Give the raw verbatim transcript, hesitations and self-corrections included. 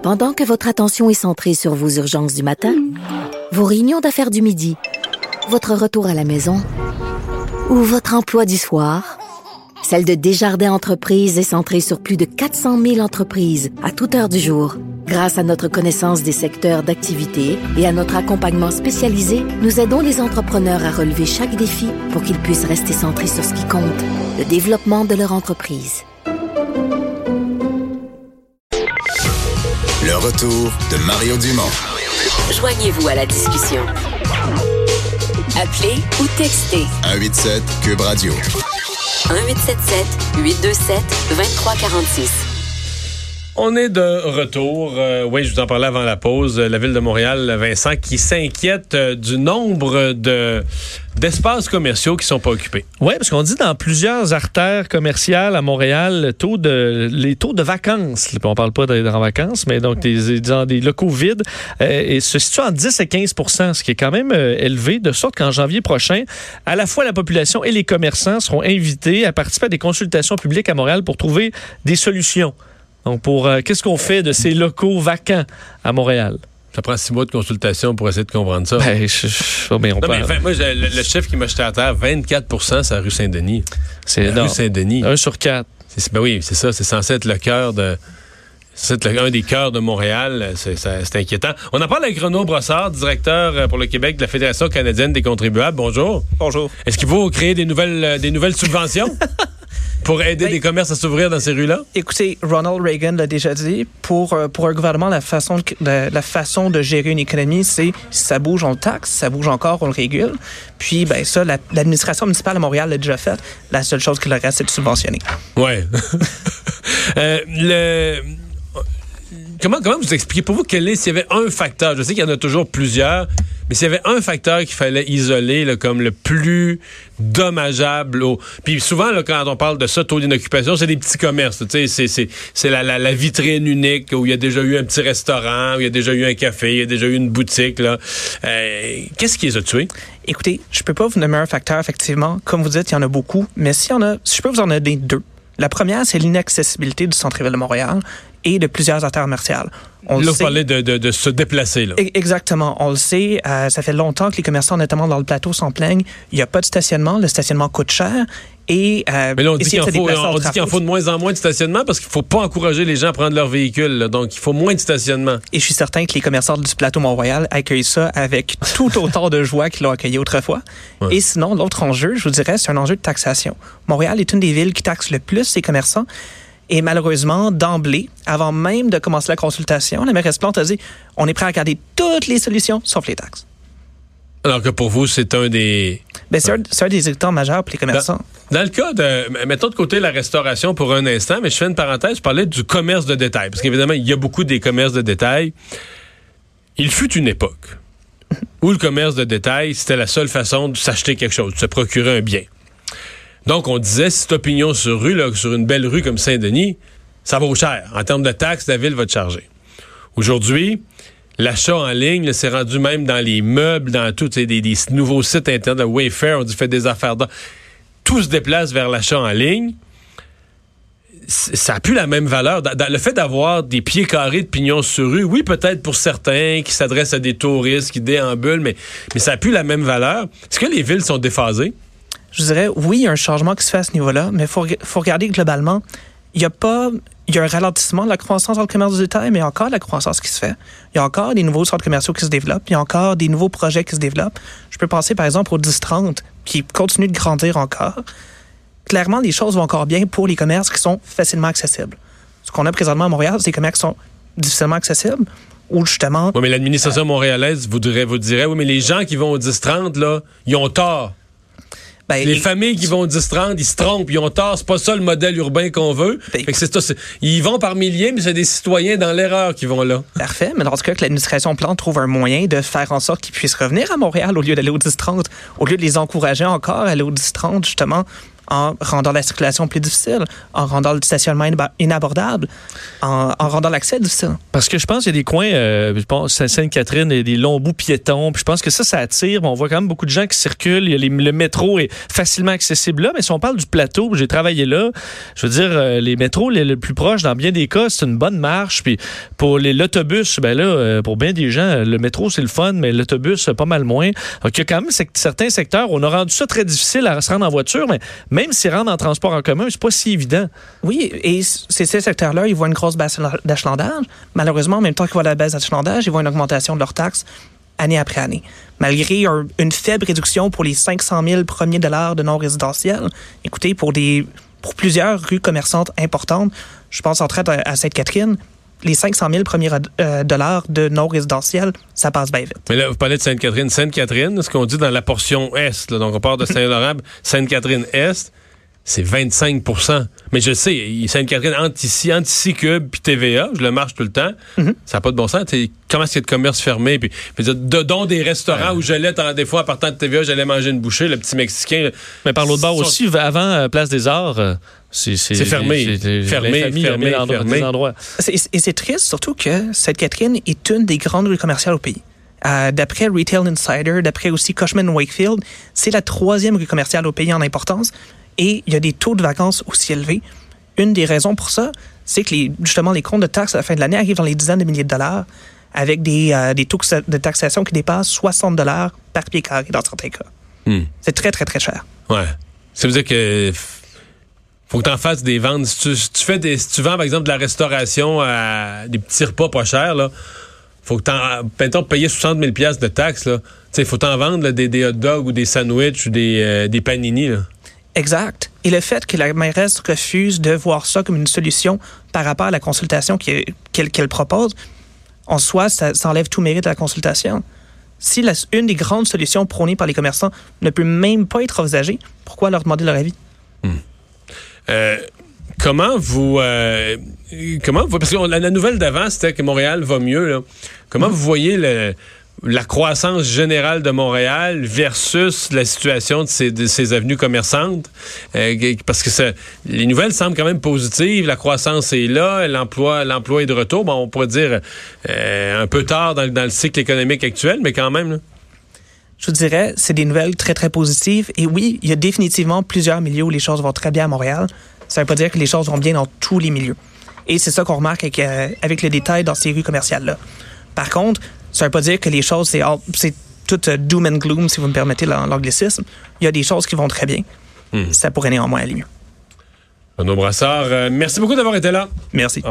Pendant que votre attention est centrée sur vos urgences du matin, vos réunions d'affaires du midi, votre retour à la maison ou votre emploi du soir, celle de Desjardins Entreprises est centrée sur plus de quatre cent mille entreprises à toute heure du jour. Grâce à notre connaissance des secteurs d'activité et à notre accompagnement spécialisé, nous aidons les entrepreneurs à relever chaque défi pour qu'ils puissent rester centrés sur ce qui compte, le développement de leur entreprise. Le retour de Mario Dumont. Joignez-vous à la discussion. Appelez ou textez un huit sept Cube Radio. un huit sept sept huit deux sept deux trois quatre six. On est de retour. Euh, oui, je vous en parlais avant la pause. La Ville de Montréal, Vincent, qui s'inquiète euh, du nombre de d'espaces commerciaux qui sont pas occupés. Oui, parce qu'on dit dans plusieurs artères commerciales à Montréal, le taux de, les taux de vacances, on parle pas d'être en vacances, mais donc des, des, des locaux vides, euh, et se situent en dix à quinze pour cent, ce qui est quand même euh, élevé, de sorte qu'en janvier prochain, à la fois la population et les commerçants seront invités à participer à des consultations publiques à Montréal pour trouver des solutions. Donc, pour euh, qu'est-ce qu'on fait de ces locaux vacants à Montréal? Ça prend six mois de consultation pour essayer de comprendre ça. Ben, je, je, mais on non, parle. mais, enfin, moi, le, le chiffre qui m'a jeté à terre, vingt-quatre pour cent, c'est la rue Saint-Denis. C'est la rue Saint-Denis. Un sur quatre. C'est, ben oui, c'est ça. C'est censé être le cœur de... C'est un des cœurs de Montréal. C'est, c'est, c'est inquiétant. On en parle avec Renaud Brossard, directeur pour le Québec de la Fédération canadienne des contribuables. Bonjour. Bonjour. Est-ce qu'il faut créer des nouvelles, des nouvelles subventions? Pour aider ben, des commerces à s'ouvrir dans ces rues-là? Écoutez, Ronald Reagan l'a déjà dit, pour, pour un gouvernement, la façon, de, la, la façon de gérer une économie, c'est si ça bouge, on le taxe, si ça bouge encore, on le régule. Puis, ben ça, la, l'administration municipale à Montréal l'a déjà fait. La seule chose qui leur reste, c'est de subventionner. Ouais. euh, le... Comment, comment vous expliquez, pour vous, quel est, s'il y avait un facteur, je sais qu'il y en a toujours plusieurs, mais s'il y avait un facteur qu'il fallait isoler là, comme le plus dommageable, au... puis souvent, là, quand on parle de ça, taux d'inoccupation, c'est des petits commerces, tu sais, c'est, c'est, c'est la, la, la vitrine unique où il y a déjà eu un petit restaurant, où il y a déjà eu un café, il y a déjà eu une boutique, là. Euh, qu'est-ce qui les a tués? Écoutez, je peux pas vous nommer un facteur, effectivement. Comme vous dites, il y en a beaucoup, mais s'il y en a, si je peux vous en donner deux. La première, c'est l'inaccessibilité du centre-ville de Montréal et de plusieurs artères commerciales. On là, le vous sait, parlez de, de, de se déplacer. Là. Exactement. On le sait. Euh, ça fait longtemps que les commerçants, notamment dans le plateau, s'en plaignent. Il n'y a pas de stationnement. Le stationnement coûte cher. Et, euh, Mais là, on dit, qu'il en, faut, on dit qu'il en faut de moins en moins de stationnement parce qu'il ne faut pas encourager les gens à prendre leur véhicule. Là. Donc, il faut moins de stationnement. Et je suis certain que les commerçants du plateau Mont-Royal accueillent ça avec tout autant de joie qu'ils l'ont accueilli autrefois. Ouais. Et sinon, l'autre enjeu, je vous dirais, c'est un enjeu de taxation. Montréal est une des villes qui taxe le plus ses commerçants. Et malheureusement, d'emblée, avant même de commencer la consultation, la mairesse Plante a dit « On est prêt à regarder toutes les solutions, sauf les taxes. » Alors que pour vous, c'est un des... Ben, c'est, ouais. un, c'est un des irritants majeurs pour les commerçants. Dans, dans le cas de... Mettons de côté la restauration pour un instant, mais je fais une parenthèse, je parlais du commerce de détail. Parce qu'évidemment, il y a beaucoup des commerces de détail. Il fut une époque où le commerce de détail, c'était la seule façon de s'acheter quelque chose, de se procurer un bien. Donc, on disait, si t'as pignon sur rue, là, sur une belle rue comme Saint-Denis, ça vaut cher. En termes de taxes, la ville va te charger. Aujourd'hui, l'achat en ligne, là, c'est rendu même dans les meubles, dans tout, des, des nouveaux sites internet, de Wayfair, on dit fait des affaires d'or. Tout se déplace vers l'achat en ligne. Ça n'a plus la même valeur. Dans le fait d'avoir des pieds carrés de pignon sur rue, oui, peut-être pour certains qui s'adressent à des touristes, qui déambulent, mais, mais ça n'a plus la même valeur. Est-ce que les villes sont déphasées? Je dirais, oui, il y a un changement qui se fait à ce niveau-là, mais il faut, faut regarder globalement. Il y a pas... Il y a un ralentissement de la croissance dans le commerce du détail, mais il y a encore de la croissance qui se fait. Il y a encore des nouveaux centres commerciaux qui se développent. Il y a encore des nouveaux projets qui se développent. Je peux penser, par exemple, au dix trente, qui continue de grandir encore. Clairement, les choses vont encore bien pour les commerces qui sont facilement accessibles. Ce qu'on a présentement à Montréal, c'est des commerces qui sont difficilement accessibles, ou justement... Oui, mais l'administration euh, montréalaise voudrait, vous dirait, oui, mais les gens qui vont au dix trente, là, ils ont tort. Ben, les, les familles qui vont au dix trente, ils se trompent, ils ont tort, c'est pas ça le modèle urbain qu'on veut. Ben, fait que c'est ça, c'est, ils vont par milliers, mais c'est des citoyens dans l'erreur qui vont là. Parfait, mais dans ce cas, que l'administration Plante trouve un moyen de faire en sorte qu'ils puissent revenir à Montréal au lieu d'aller au dix trente, au lieu de les encourager encore à aller au dix trente, justement, en rendant la circulation plus difficile, en rendant le stationnement inabordable, en, en rendant l'accès difficile. Parce que je pense qu'il y a des coins, euh, je pense Sainte-Catherine, il y a des longs bouts piétons, puis je pense que ça, ça attire. On voit quand même beaucoup de gens qui circulent. Il y a les, le métro est facilement accessible là, mais si on parle du plateau, j'ai travaillé là, je veux dire, euh, les métros les, les plus proches, dans bien des cas, c'est une bonne marche. Puis pour les, l'autobus, ben là, euh, pour bien des gens, le métro, c'est le fun, mais l'autobus, pas mal moins. Donc, il y a quand même sec- certains secteurs où on a rendu ça très difficile à se rendre en voiture, mais même s'y rendre en transport en commun, c'est pas si évident. Oui, et c'est ces secteurs-là, ils voient une grosse baisse d'achalandage. Malheureusement, en même temps qu'ils voient la baisse d'achalandage, ils voient une augmentation de leurs taxes année après année. Malgré un, une faible réduction pour les cinq cent mille premiers dollars de non-résidentiels, écoutez, pour, des, pour plusieurs rues commerçantes importantes, je pense en traite à, à Sainte-Catherine, les cinq cent mille premiers euh, dollars de non-résidentiel, ça passe bien vite. Mais là, vous parlez de Sainte-Catherine. Sainte-Catherine, ce qu'on dit dans la portion Est, là, donc on part de Saint-Laurent, Sainte-Catherine-Est, c'est vingt-cinq pour cent. Mais je sais, Sainte-Catherine, entre ici, entre ici Cube puis T V A, je le marche tout le temps, mm-hmm. Ça n'a pas de bon sens. T'sais, comment est-ce qu'il y a de commerce fermé? Puis, puis de, dont des restaurants ouais. où j'allais, des fois, en partant de T V A, j'allais manger une bouchée, le petit Mexicain. Mais par l'autre bord aussi, avant euh, Place des Arts, euh, c'est, c'est, c'est fermé. C'est, c'est, fermé, fermé, fermé, fermé. Des endroits. C'est, et c'est triste, surtout que Sainte-Catherine est une des grandes rues commerciales au pays. Euh, d'après Retail Insider, d'après aussi Cushman Wakefield, c'est la troisième rue commerciale au pays en importance. Et il y a des taux de vacances aussi élevés. Une des raisons pour ça, c'est que les, justement les comptes de taxes à la fin de l'année arrivent dans les dizaines de milliers de dollars avec des, euh, des taux de taxation qui dépassent soixante dollars par pied carré dans certains cas. Hmm. C'est très, très, très cher. Ouais. Ça veut dire que faut que tu en fasses des ventes. Si tu, si tu fais des, si tu vends, par exemple, de la restauration à des petits repas pas chers, là, faut que t'en, mettons, payer soixante mille dollars de taxes, là. Tu sais, faut t'en vendre là, des, des hot dogs ou des sandwichs ou des, euh, des panini, là. Exact. Et le fait que la mairesse refuse de voir ça comme une solution par rapport à la consultation qu'elle, qu'elle propose, en soi, ça, ça enlève tout mérite à la consultation. Si la, une des grandes solutions prônées par les commerçants ne peut même pas être envisagée, pourquoi leur demander leur avis? Hum. Euh, comment vous... Euh, comment vous... Parce que la, la nouvelle d'avant, c'était que Montréal va mieux, là. Comment hum. vous voyez le... la croissance générale de Montréal versus la situation de ces, de ces avenues commerçantes. Euh, parce que ça, les nouvelles semblent quand même positives. La croissance est là, l'emploi, l'emploi est de retour. Bon, on pourrait dire euh, un peu tard dans, dans le cycle économique actuel, mais quand même. Là. Je vous dirais, c'est des nouvelles très, très positives. Et oui, il y a définitivement plusieurs milieux où les choses vont très bien à Montréal. Ça ne veut pas dire que les choses vont bien dans tous les milieux. Et c'est ça qu'on remarque avec, euh, avec le détail dans ces rues commerciales-là. Par contre, ça ne veut pas dire que les choses, c'est, c'est tout uh, doom and gloom, si vous me permettez l'anglicisme. Il y a des choses qui vont très bien. Mmh. Ça pourrait néanmoins aller mieux. Renaud Brassard, euh, merci beaucoup d'avoir été là. Merci.